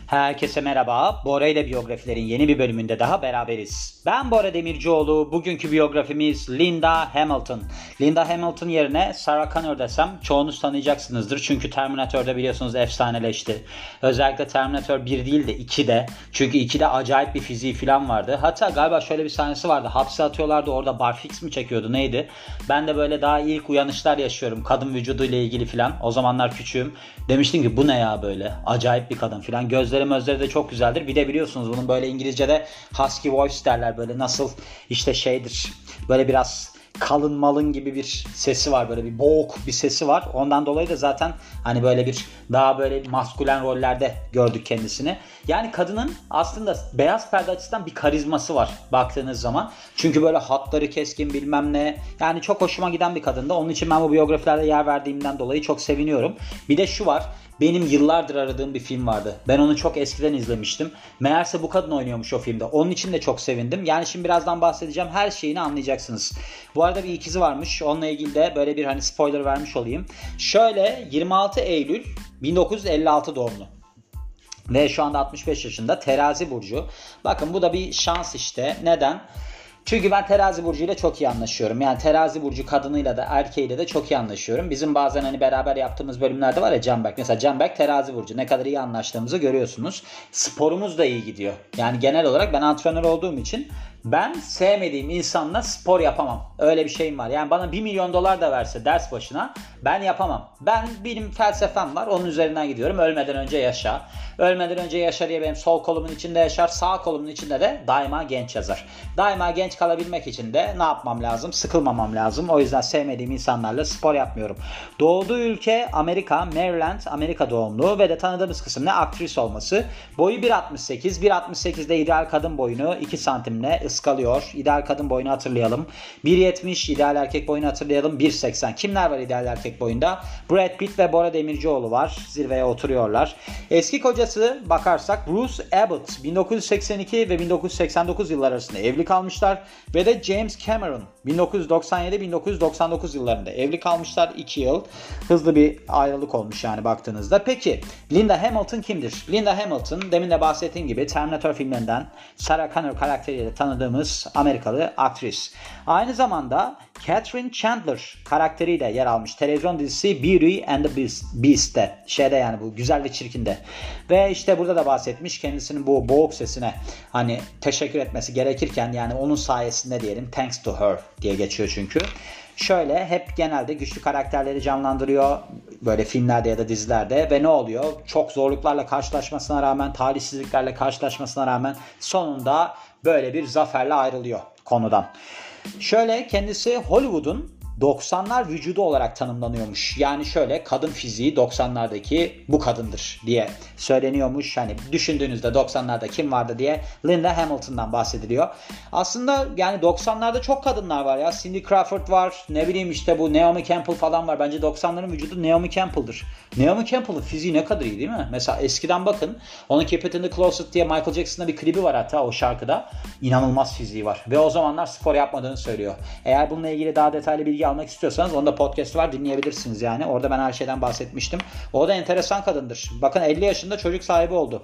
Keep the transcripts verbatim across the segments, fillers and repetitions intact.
Herkese merhaba. Bora ile biyografilerin yeni bir bölümünde daha beraberiz. Ben Bora Demircioğlu. Bugünkü biyografimiz Linda Hamilton. Linda Hamilton yerine Sarah Connor desem çoğunuz tanıyacaksınızdır. Çünkü Terminator'da biliyorsunuz efsaneleşti. Özellikle Terminator bir değil de ikide. Çünkü ikide acayip bir fiziği falan vardı. Hatta galiba şöyle bir sahnesi vardı. Hapse atıyorlardı, orada barfix mi çekiyordu neydi? Ben de böyle daha ilk uyanışlar yaşıyorum. Kadın vücuduyla ilgili falan. O zamanlar küçüğüm. Demiştim ki bu ne ya böyle? Acayip bir kadın falan. Gözleri mözleri de çok güzeldir. Bir de biliyorsunuz bunun böyle İngilizce'de husky voice derler. Böyle nasıl işte şeydir. Böyle biraz kalın malın gibi bir sesi var. Böyle bir boğuk bir sesi var. Ondan dolayı da zaten hani böyle bir daha böyle maskülen rollerde gördük kendisini. Yani kadının aslında beyaz perde açısından bir karizması var baktığınız zaman. Çünkü böyle hatları keskin bilmem ne. Yani çok hoşuma giden bir kadındı. Onun için ben bu biyografilerde yer verdiğimden dolayı çok seviniyorum. Bir de şu var. Benim yıllardır aradığım bir film vardı. Ben onu çok eskiden izlemiştim. Meğerse bu kadın oynuyormuş o filmde. Onun için de çok sevindim. Yani şimdi birazdan bahsedeceğim. Her şeyini anlayacaksınız. Bu arada bir ikizi varmış. Onunla ilgili de böyle bir hani spoiler vermiş olayım. Şöyle yirmi altı Eylül bin dokuz yüz elli altı doğumlu. Ve şu anda altmış beş yaşında, Terazi burcu. Bakın bu da bir şans işte. Neden? Çünkü ben Terazi burcu ile çok iyi anlaşıyorum. Yani Terazi burcu kadınıyla da erkeğiyle de çok iyi anlaşıyorum. Bizim bazen hani beraber yaptığımız bölümlerde var ya Canberk. Mesela Canberk Terazi burcu. Ne kadar iyi anlaştığımızı görüyorsunuz. Sporumuz da iyi gidiyor. Yani genel olarak ben antrenör olduğum için ben sevmediğim insanla spor yapamam. Öyle bir şeyim var. Yani bana bir milyon dolar da verse ders başına ben yapamam. Ben benim felsefem var. Onun üzerinden gidiyorum. Ölmeden önce yaşa. Ölmeden önce yaşa diye benim sol kolumun içinde yaşar. Sağ kolumun içinde de daima genç yazar. Daima genç kalabilmek için de ne yapmam lazım? Sıkılmamam lazım. O yüzden sevmediğim insanlarla spor yapmıyorum. Doğduğu ülke Amerika, Maryland, Amerika doğumlu ve de tanıdığımız kısım ne? Aktris olması. Boyu bir altmış sekiz. bir altmış sekizde ideal kadın boyunu iki santimle ıskalıyor. İdeal kadın boyunu hatırlayalım. bir yetmiş ideal erkek boyunu hatırlayalım. bir seksen. Kimler var ideal erkek boyunda? Brad Pitt ve Bora Demircioğlu var. Zirveye oturuyorlar. Eski kocası bakarsak Bruce Abbott bin dokuz yüz seksen iki ve bin dokuz yüz seksen dokuz yıllar arasında evli kalmışlar. Ve de James Cameron bin dokuz yüz doksan yedi bin dokuz yüz doksan dokuz yıllarında evli kalmışlar. iki yıl. Hızlı bir ayrılık olmuş yani baktığınızda. Peki Linda Hamilton kimdir? Linda Hamilton demin de bahsettiğim gibi Terminator filmlerinden Sarah Connor karakteriyle tanıdığımız Amerikalı aktris. Aynı zamanda Catherine Chandler karakteriyle yer almış televizyon dizisi Beauty and the Beast, Beast'te. Şeyde yani bu Güzel ve Çirkin'de. Ve işte burada da bahsetmiş kendisinin bu boğuk sesine hani teşekkür etmesi gerekirken yani onun sayesinde diyelim thanks to her diye geçiyor çünkü. Şöyle hep genelde güçlü karakterleri canlandırıyor böyle filmlerde ya da dizilerde ve ne oluyor? Çok zorluklarla karşılaşmasına rağmen, talihsizliklerle karşılaşmasına rağmen sonunda böyle bir zaferle ayrılıyor konudan. Şöyle kendisi Hollywood'un doksanlar vücudu olarak tanımlanıyormuş. Yani şöyle kadın fiziği doksanlardaki bu kadındır diye söyleniyormuş. Hani düşündüğünüzde doksanlarda kim vardı diye Linda Hamilton'dan bahsediliyor. Aslında yani doksanlarda çok kadınlar var ya. Cindy Crawford var. Ne bileyim işte bu Naomi Campbell falan var. Bence doksanların vücudu Naomi Campbell'dır. Naomi Campbell'ın fiziği ne kadar iyi değil mi? Mesela eskiden bakın. Onun Keep It in the Closet diye Michael Jackson'da bir klibi var hatta o şarkıda. İnanılmaz fiziği var. Ve o zamanlar spor yapmadığını söylüyor. Eğer bununla ilgili daha detaylı bilgi almak istiyorsanız onda podcast var dinleyebilirsiniz yani. Orada ben her şeyden bahsetmiştim. O da enteresan kadındır. Bakın elli yaşında çocuk sahibi oldu.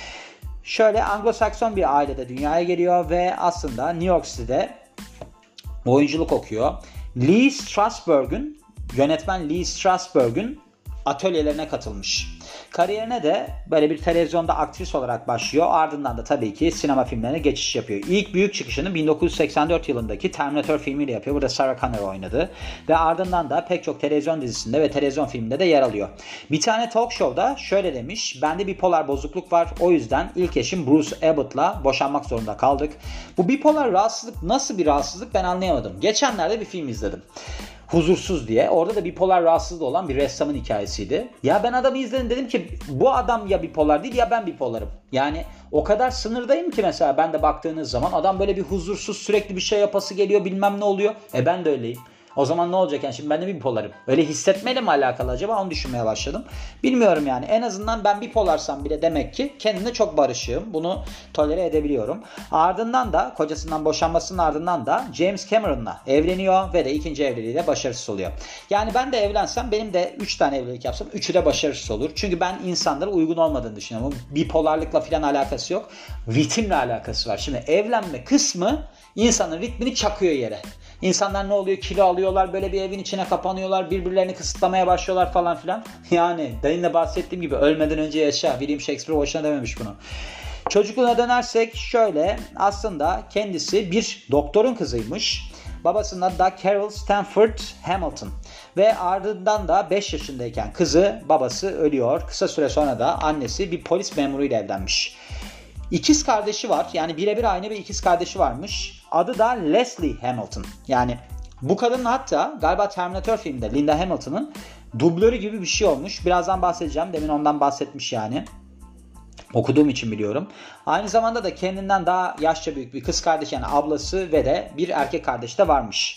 Şöyle Anglo-Sakson bir ailede dünyaya geliyor ve aslında New York City'de oyunculuk okuyor. Lee Strasberg'ün yönetmen Lee Strasberg'ün atölyelerine katılmış. Kariyerine de böyle bir televizyonda aktris olarak başlıyor. Ardından da tabii ki sinema filmlerine geçiş yapıyor. İlk büyük çıkışını bin dokuz yüz seksen dört yılındaki Terminator filmiyle yapıyor. Burada Sarah Connor oynadı. Ve ardından da pek çok televizyon dizisinde ve televizyon filminde de yer alıyor. Bir tane talk show'da şöyle demiş. Bende bipolar bozukluk var. O yüzden ilk eşim Bruce Abbott'la boşanmak zorunda kaldık. Bu bipolar rahatsızlık nasıl bir rahatsızlık ben anlayamadım. Geçenlerde bir film izledim. Huzursuz diye. Orada da bipolar rahatsızlığı olan bir ressamın hikayesiydi. Ya ben adamı izledim dedim ki bu adam ya bipolar değil ya ben bipolarım. Yani o kadar sınırdayım ki mesela ben de baktığınız zaman adam böyle bir huzursuz sürekli bir şey yapası geliyor bilmem ne oluyor. E ben de öyleyim. O zaman ne olacak yani, şimdi ben de bipolarım. Öyle hissetmeyle mi alakalı acaba, onu düşünmeye başladım. Bilmiyorum yani, en azından ben bipolarsam bile demek ki kendimle çok barışığım. Bunu tolere edebiliyorum. Ardından da kocasından boşanmasının ardından da James Cameron'la evleniyor ve de ikinci evliliği de başarısız oluyor. Yani ben de evlensem, benim de üç tane evlilik yapsam üçü de başarısız olur. Çünkü ben insanlara uygun olmadığını düşünüyorum. Bipolarlıkla falan alakası yok. Ritimle alakası var. Şimdi evlenme kısmı insanın ritmini çakıyor yere. İnsanlar ne oluyor? Kilo alıyorlar, böyle bir evin içine kapanıyorlar, birbirlerini kısıtlamaya başlıyorlar falan filan. Yani dayınla bahsettiğim gibi ölmeden önce yaşa. William Shakespeare boşuna dememiş bunu. Çocukluğuna dönersek şöyle, aslında kendisi bir doktorun kızıymış. Babasının adı da Carol Stanford Hamilton. Ve ardından da beş yaşındayken kızı, babası ölüyor. Kısa süre sonra da annesi bir polis memuruyla evlenmiş. İkiz kardeşi var. Yani birebir aynı bir ikiz kardeşi varmış. Adı da Leslie Hamilton. Yani bu kadının hatta galiba Terminator filminde Linda Hamilton'ın dublörü gibi bir şey olmuş. Birazdan bahsedeceğim. Demin ondan bahsetmiş yani. Okuduğum için biliyorum. Aynı zamanda da kendinden daha yaşça büyük bir kız kardeş, yani ablası ve de bir erkek kardeş de varmış.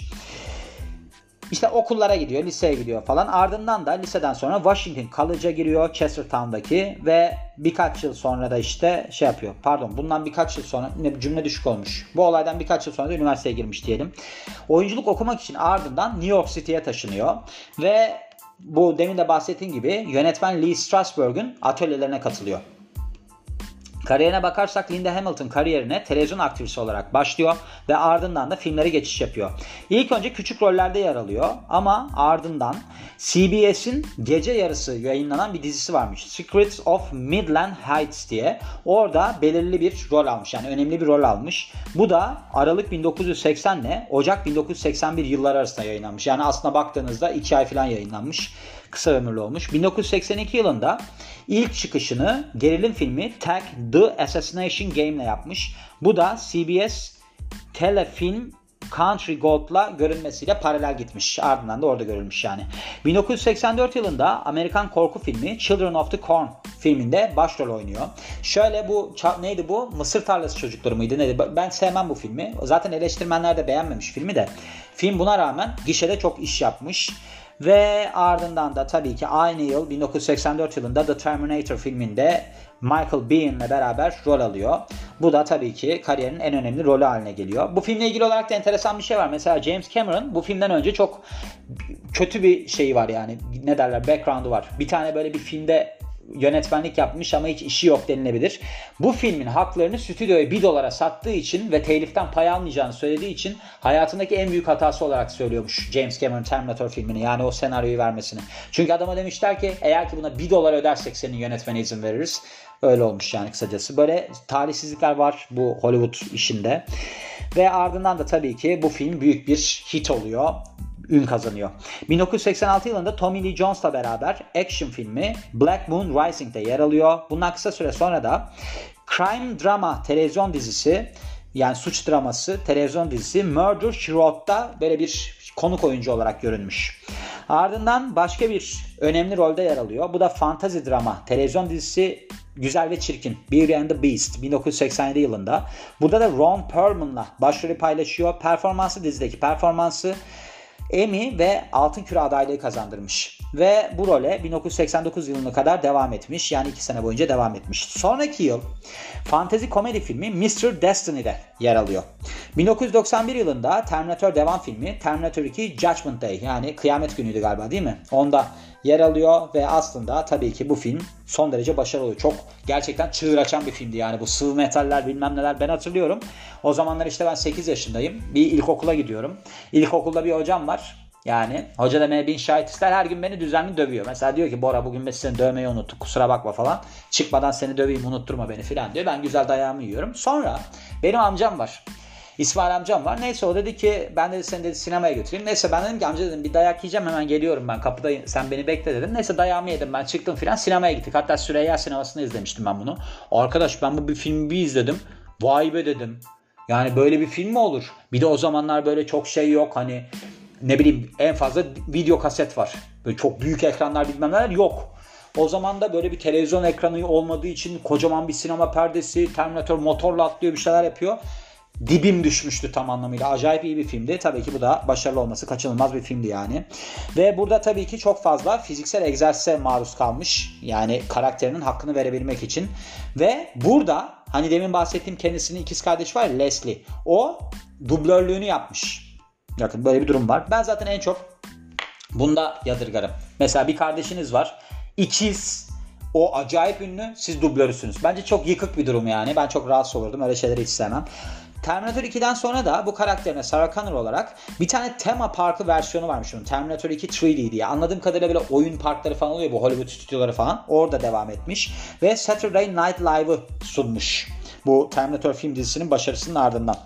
İşte okullara gidiyor, liseye gidiyor falan. Ardından da liseden sonra Washington College'a giriyor, Chestertown'daki, ve birkaç yıl sonra da işte şey yapıyor. Pardon, bundan birkaç yıl sonra, cümle düşük olmuş. Bu olaydan birkaç yıl sonra da üniversiteye girmiş diyelim. Oyunculuk okumak için ardından New York City'ye taşınıyor ve bu demin de bahsettiğim gibi yönetmen Lee Strasberg'in atölyelerine katılıyor. Kariyerine bakarsak Linda Hamilton kariyerine televizyon aktrisi olarak başlıyor ve ardından da filmlere geçiş yapıyor. İlk önce küçük rollerde yer alıyor ama ardından C B S'in gece yarısı yayınlanan bir dizisi varmış. Secrets of Midland Heights diye. Orada belirli bir rol almış, yani önemli bir rol almış. Bu da Aralık bin dokuz yüz seksen ile Ocak bin dokuz yüz seksen bir yılları arasında yayınlanmış. Yani aslına baktığınızda iki ay falan yayınlanmış. Kısa ömürlü olmuş. bin dokuz yüz seksen iki yılında ilk çıkışını gerilim filmi Tag The Assassination Game ile yapmış. Bu da C B S telefilm Country Gold'la görünmesiyle paralel gitmiş. Ardından da orada görülmüş yani. bin dokuz yüz seksen dört yılında Amerikan korku filmi Children of the Corn filminde başrol oynuyor. Şöyle, bu neydi bu? Mısır tarlası çocukları mıydı? Neydi? Ben sevmem bu filmi. Zaten eleştirmenler de beğenmemiş filmi de. Film buna rağmen gişede çok iş yapmış. Ve ardından da tabii ki aynı yıl bin dokuz yüz seksen dört yılında The Terminator filminde Michael Biehn'le beraber rol alıyor. Bu da tabii ki kariyerinin en önemli rolü haline geliyor. Bu filmle ilgili olarak da enteresan bir şey var. Mesela James Cameron bu filmden önce çok kötü bir şeyi var yani. Ne derler? Background'u var. Bir tane böyle bir filmde yönetmenlik yapmış ama hiç işi yok denilebilir. Bu filmin haklarını stüdyoya bir dolara sattığı için ve teliften pay almayacağını söylediği için hayatındaki en büyük hatası olarak söylüyormuş James Cameron Terminator filmini, yani o senaryoyu vermesini. Çünkü adama demişler ki eğer ki buna bir dolar ödersek senin yönetmene izin veririz. Öyle olmuş yani kısacası. Böyle talihsizlikler var bu Hollywood işinde. Ve ardından da tabii ki bu film büyük bir hit oluyor. Ün kazanıyor. bin dokuz yüz seksen altı yılında Tommy Lee Jones'la beraber action filmi Black Moon Rising'de yer alıyor. Bundan kısa süre sonra da crime drama televizyon dizisi, yani suç draması televizyon dizisi Murder, She Wrote'da böyle bir konuk oyuncu olarak görünmüş. Ardından başka bir önemli rolde yer alıyor. Bu da fantazi drama televizyon dizisi Güzel ve Çirkin, Beauty and the Beast, bin dokuz yüz seksen yedi yılında. Burada da Ron Perlman'la başrolü paylaşıyor. Performansı, dizideki performansı Emmy ve Altın Küre adaylığı kazandırmış. Ve bu role bin dokuz yüz seksen dokuz yılına kadar devam etmiş. Yani iki sene boyunca devam etmiş. Sonraki yıl fantezi komedi filmi mister Destiny'de yer alıyor. bin dokuz yüz doksan bir yılında Terminator devam filmi Terminator iki Judgment Day, yani kıyamet günüydü galiba değil mi? Onda yer alıyor ve aslında tabii ki bu film son derece başarılı oluyor. Çok gerçekten çığır açan bir filmdi yani, bu sıvı metaller bilmem neler, ben hatırlıyorum. O zamanlar işte ben sekiz yaşındayım. Bir ilkokula gidiyorum. İlkokulda bir hocam var. Yani hoca da beni bin şahit ister, her gün beni düzenli dövüyor. Mesela diyor ki Bora bugün ben seni dövmeyi unuttuk, kusura bakma falan. Çıkmadan seni döveyim, unutturma beni falan diyor. Ben güzel dayağımı yiyorum. Sonra benim amcam var. İsmail amcam var. Neyse o dedi ki ben dedi seni dedi sinemaya götüreyim. Neyse ben dedim ki amca dedim bir dayak yiyeceğim, hemen geliyorum ben kapıda, sen beni bekle dedim. Neyse dayağımı yedim, ben çıktım filan, sinemaya gittik. Hatta Süreyya sinemasında izlemiştim ben bunu. Arkadaş ben bu bir filmi bir izledim. Vay be dedim. Yani böyle bir film mi olur? Bir de o zamanlar böyle çok şey yok, hani ne bileyim en fazla video kaset var. Böyle çok büyük ekranlar bilmem neler yok. O zaman da böyle bir televizyon ekranı olmadığı için kocaman bir sinema perdesi, Terminator motorla atlıyor, bir şeyler yapıyor. dibim düşmüştü tam anlamıyla. Acayip iyi bir filmdi. Tabii ki bu da başarılı olması kaçınılmaz bir filmdi yani. Ve burada tabii ki çok fazla fiziksel egzersize maruz kalmış. Yani karakterinin hakkını verebilmek için. Ve burada hani demin bahsettiğim kendisinin ikiz kardeşi var ya, Leslie. O dublörlüğünü yapmış. Bakın böyle bir durum var. Ben zaten en çok bunda yadırgarım. Mesela bir kardeşiniz var. İkiz. O acayip ünlü. Siz dublörüsünüz. Bence çok yıkık bir durum yani. Ben çok rahatsız olurdum. Öyle şeyleri hiç sevmem. Terminator ikiden sonra da bu karakterine Sarah Connor olarak bir tane tema parkı versiyonu varmış onun. Terminator iki üç D diye. Anladığım kadarıyla böyle oyun parkları falan oluyor bu Hollywood stüdyoları falan. Orada devam etmiş. Ve Saturday Night Live'ı sunmuş. Bu Terminator film dizisinin başarısının ardından.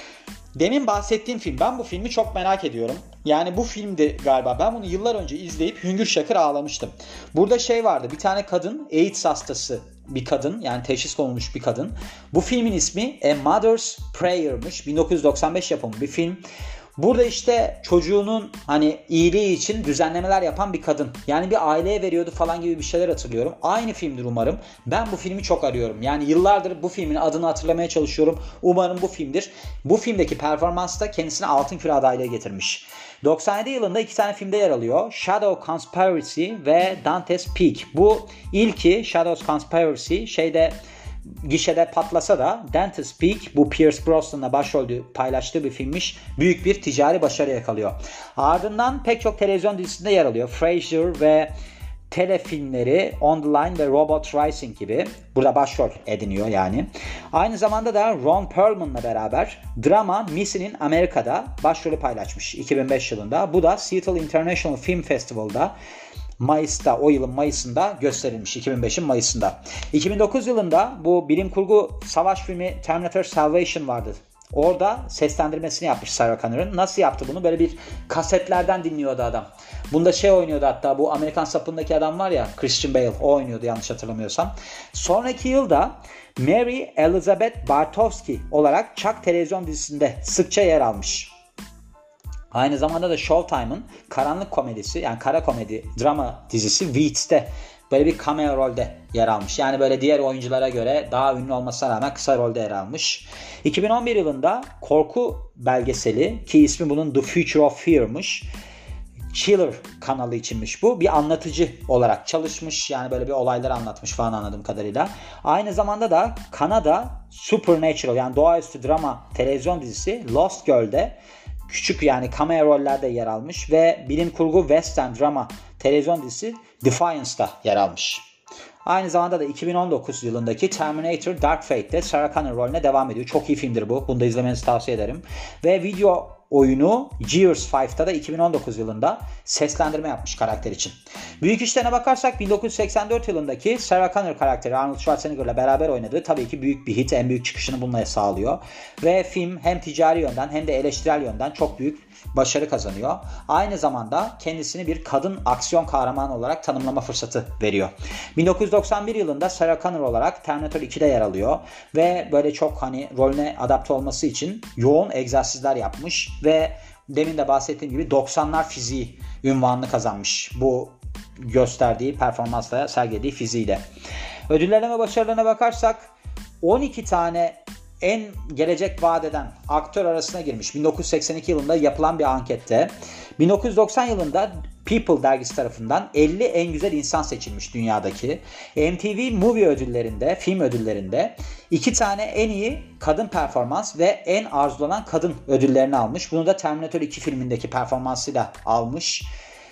Demin bahsettiğim film. Ben bu filmi çok merak ediyorum. Yani bu filmde galiba ben bunu yıllar önce izleyip hüngür şakır ağlamıştım. Burada şey vardı. Bir tane kadın AIDS hastası bir kadın. Yani teşhis konulmuş bir kadın. Bu filmin ismi A Mother's Prayer'mış. bin dokuz yüz doksan beş yapımı bir film. Burada işte çocuğunun hani iyiliği için düzenlemeler yapan bir kadın. Yani bir aileye veriyordu falan gibi bir şeyler hatırlıyorum. Aynı filmdir umarım. Ben bu filmi çok arıyorum. Yani yıllardır bu filmin adını hatırlamaya çalışıyorum. Umarım bu filmdir. Bu filmdeki performans da kendisine Altın Küre adaylığı getirmiş. doksan yedi yılında iki tane filmde yer alıyor. Shadow Conspiracy ve Dante's Peak. Bu ilki Shadow Conspiracy şeyde gişede patlasa da Dante's Peak bu Pierce Brosnan'la başrolü paylaştığı bir filmmiş. Büyük bir ticari başarı yakalıyor. Ardından pek çok televizyon dizisinde yer alıyor. Frasier ve telefilmleri On the Line ve Robot Racing gibi. Burada başrol ediniyor yani. Aynı zamanda da Ron Perlman'la beraber drama Missy'nin Amerika'da başrolü paylaşmış iki bin beş yılında. Bu da Seattle International Film Festival'da Mayıs'ta, o yılın Mayıs'ında gösterilmiş. iki bin beşin Mayıs'ında. iki bin dokuz yılında bu bilim kurgu savaş filmi Terminator Salvation vardı. Orada seslendirmesini yapmış Sarah Connor'ın. Nasıl yaptı bunu? Böyle bir kasetlerden dinliyordu adam. Bunda şey oynuyordu hatta, bu Amerikan Sapı'ndaki adam var ya, Christian Bale, o oynuyordu yanlış hatırlamıyorsam. Sonraki yılda Mary Elizabeth Bartowski olarak Chuck televizyon dizisinde sıkça yer almış. Aynı zamanda da Showtime'ın karanlık komedisi, yani kara komedi drama dizisi Weeds'te böyle bir cameo rolde yer almış. Yani böyle diğer oyunculara göre daha ünlü olmasına rağmen kısa rolde yer almış. iki bin on bir yılında korku belgeseli, ki ismi bunun The Future of Fear'mış, Chiller kanalı içinmiş bu. Bir anlatıcı olarak çalışmış. Yani böyle bir olayları anlatmış falan anladığım kadarıyla. Aynı zamanda da Kanada Supernatural, yani doğaüstü drama televizyon dizisi Lost Girl'de küçük yani cameo rollerde yer almış ve bilim kurgu western drama televizyon dizisi Defiance'da yer almış. Aynı zamanda da iki bin on dokuz yılındaki Terminator Dark Fate'de Sarah Connor rolüne devam ediyor. Çok iyi filmdir bu. Bunu da izlemenizi tavsiye ederim. Ve video oyunu Gears beşte de iki bin on dokuz yılında seslendirme yapmış karakter için. Büyük işlerine bakarsak bin dokuz yüz seksen dört yılındaki Sarah Connor karakteri Arnold Schwarzenegger'la beraber oynadığı tabii ki büyük bir hit. En büyük çıkışını bununla sağlıyor. Ve film hem ticari yönden hem de eleştirel yönden çok büyük başarı kazanıyor. Aynı zamanda kendisini bir kadın aksiyon kahramanı olarak tanımlama fırsatı veriyor. bin dokuz yüz doksan bir yılında Sarah Connor olarak Terminator ikide yer alıyor ve böyle çok hani rolüne adapte olması için yoğun egzersizler yapmış ve demin de bahsettiğim gibi doksanlar fiziği ünvanını kazanmış bu gösterdiği performansla, sergilediği fiziğiyle. Ödüllerine ve başarılarına bakarsak on iki tane en gelecek vaat eden aktör arasına girmiş. bin dokuz yüz seksen iki yılında yapılan bir ankette. bin dokuz yüz doksan yılında People dergisi tarafından elli en güzel insan seçilmiş dünyadaki. M T V Movie ödüllerinde, film ödüllerinde iki tane en iyi kadın performans ve en arzulanan kadın ödüllerini almış. Bunu da Terminator iki filmindeki performansıyla almış.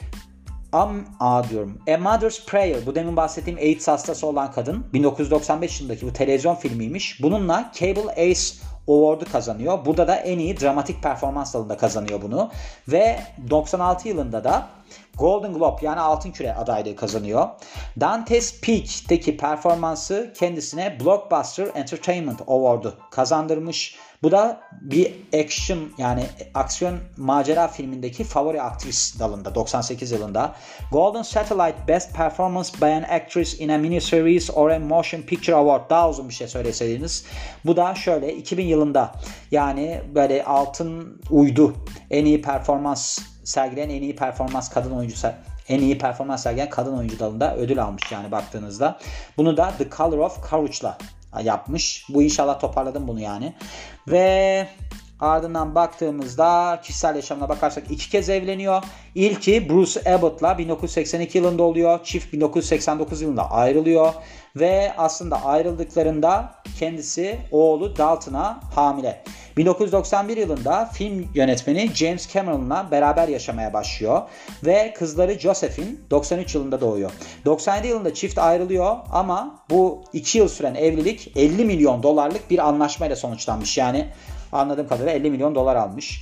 Am, a diyorum. A Mother's Prayer. Bu demin bahsettiğim AIDS hastası olan kadın. bin dokuz yüz doksan beş yılındaki bu televizyon filmiymiş. Bununla Cable Ace Award'u kazanıyor. Burada da en iyi dramatik performans dalında kazanıyor bunu. Ve doksan altı yılında da Golden Globe yani Altın Küre adaylığı kazanıyor. Dante's Peak'teki performansı kendisine Blockbuster Entertainment Award'u kazandırmış. Bu da bir action yani aksiyon macera filmindeki favori aktris dalında doksan sekiz yılında. Golden Satellite Best Performance by an Actress in a Miniseries or a Motion Picture Award. Daha uzun bir şey söyleseydiniz. Bu da şöyle iki bin yılında yani böyle altın uydu en iyi performans sergileyen en iyi performans kadın oyuncu en iyi performans sergileyen kadın oyuncu dalında ödül almış yani baktığınızda. Bunu da The Color of Courage'la yapmış. Bu inşallah toparladım bunu yani. Ve ardından baktığımızda kişisel yaşamına bakarsak iki kez evleniyor. İlki Bruce Abbott'la bin dokuz yüz seksen iki yılında oluyor. Çift bin dokuz yüz seksen dokuz yılında ayrılıyor. Ve aslında ayrıldıklarında kendisi oğlu Dalton'a hamile. bin dokuz yüz doksan bir yılında film yönetmeni James Cameron'la beraber yaşamaya başlıyor. Ve kızları Josephine doksan üç yılında doğuyor. doksan yedi yılında çift ayrılıyor ama bu iki yıl süren evlilik elli milyon dolarlık bir anlaşmayla sonuçlanmış. Yani anladığım kadarıyla elli milyon dolar almış.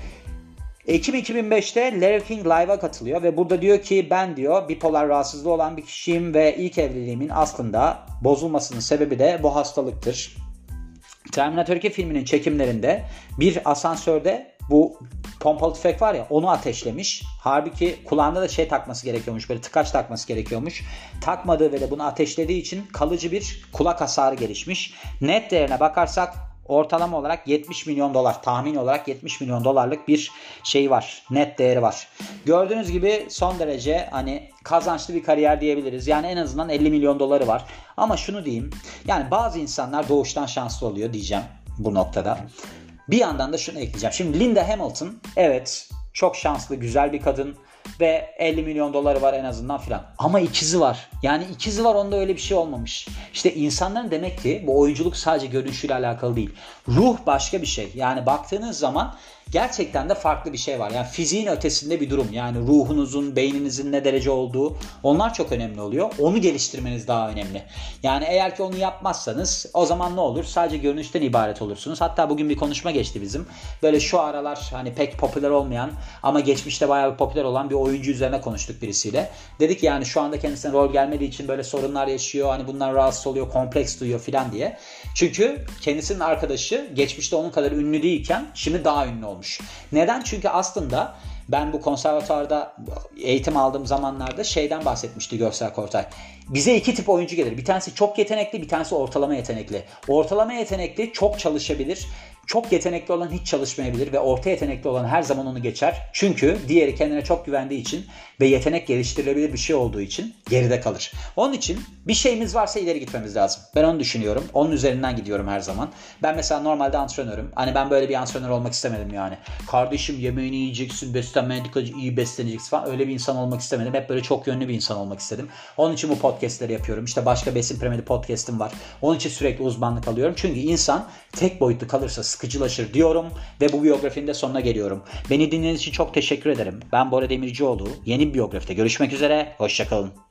Ekim iki bin beşte Larry King Live'a katılıyor ve burada diyor ki ben diyor bipolar rahatsızlığı olan bir kişiyim ve ilk evliliğimin aslında bozulmasının sebebi de bu hastalıktır. Terminator iki filminin çekimlerinde bir asansörde bu pompalı tüfek var ya onu ateşlemiş. Halbuki kulağında da şey takması gerekiyormuş, böyle tıkaç takması gerekiyormuş. Takmadığı ve de bunu ateşlediği için kalıcı bir kulak hasarı gelişmiş. Net değerine bakarsak ortalama olarak yetmiş milyon dolar, tahmin olarak yetmiş milyon dolarlık bir şey var. Net değeri var. Gördüğünüz gibi son derece hani kazançlı bir kariyer diyebiliriz. Yani en azından elli milyon doları var. Ama şunu diyeyim. Yani bazı insanlar doğuştan şanslı oluyor diyeceğim bu noktada. Bir yandan da şunu ekleyeceğim. Şimdi Linda Hamilton evet çok şanslı, güzel bir kadın ve elli milyon doları var en azından filan. Ama ikizi var. Yani ikizi var, onda öyle bir şey olmamış. İşte insanların demek ki bu oyunculuk sadece görünüşüyle alakalı değil. Ruh başka bir şey. Yani baktığınız zaman gerçekten de farklı bir şey var. Yani fiziğin ötesinde bir durum. Yani ruhunuzun, beyninizin ne derece olduğu, onlar çok önemli oluyor. Onu geliştirmeniz daha önemli. Yani eğer ki onu yapmazsanız o zaman ne olur? Sadece görünüşten ibaret olursunuz. Hatta bugün bir konuşma geçti bizim. Böyle şu aralar hani pek popüler olmayan ama geçmişte bayağı bir popüler olan bir oyuncu üzerine konuştuk birisiyle. Dedik yani şu anda kendisine rol gelmediği için böyle sorunlar yaşıyor. Hani bundan rahatsız oluyor, kompleks duyuyor filan diye. Çünkü kendisinin arkadaşı geçmişte onun kadar ünlü değilken şimdi daha ünlü olmuş. Neden? Çünkü aslında ben bu konservatuvarda eğitim aldığım zamanlarda şeyden bahsetmişti Göksel Kortay. Bize iki tip oyuncu gelir. Bir tanesi çok yetenekli, bir tanesi ortalama yetenekli. Ortalama yetenekli çok çalışabilir. Çok yetenekli olan hiç çalışmayabilir ve orta yetenekli olan her zaman onu geçer. Çünkü diğeri kendine çok güvendiği için ve yetenek geliştirilebilir bir şey olduğu için geride kalır. Onun için bir şeyimiz varsa ileri gitmemiz lazım. Ben onu düşünüyorum. Onun üzerinden gidiyorum her zaman. Ben mesela normalde antrenörüm. Hani ben böyle bir antrenör olmak istemedim yani. Kardeşim yemeğini yiyeceksin, beslenmeye dikkat edeceksin, iyi besleneceksin falan. Öyle bir insan olmak istemedim. Hep böyle çok yönlü bir insan olmak istedim. Onun için bu podcastleri yapıyorum. İşte başka Besin Piramidi podcast'im var. Onun için sürekli uzmanlık alıyorum. Çünkü insan tek boyutlu kalırsa sıkıcılaşır diyorum ve bu biyografinin de sonuna geliyorum. Beni dinlediğiniz için çok teşekkür ederim. Ben Bora Demircioğlu. Yeni bir biyografide görüşmek üzere. Hoşça kalın.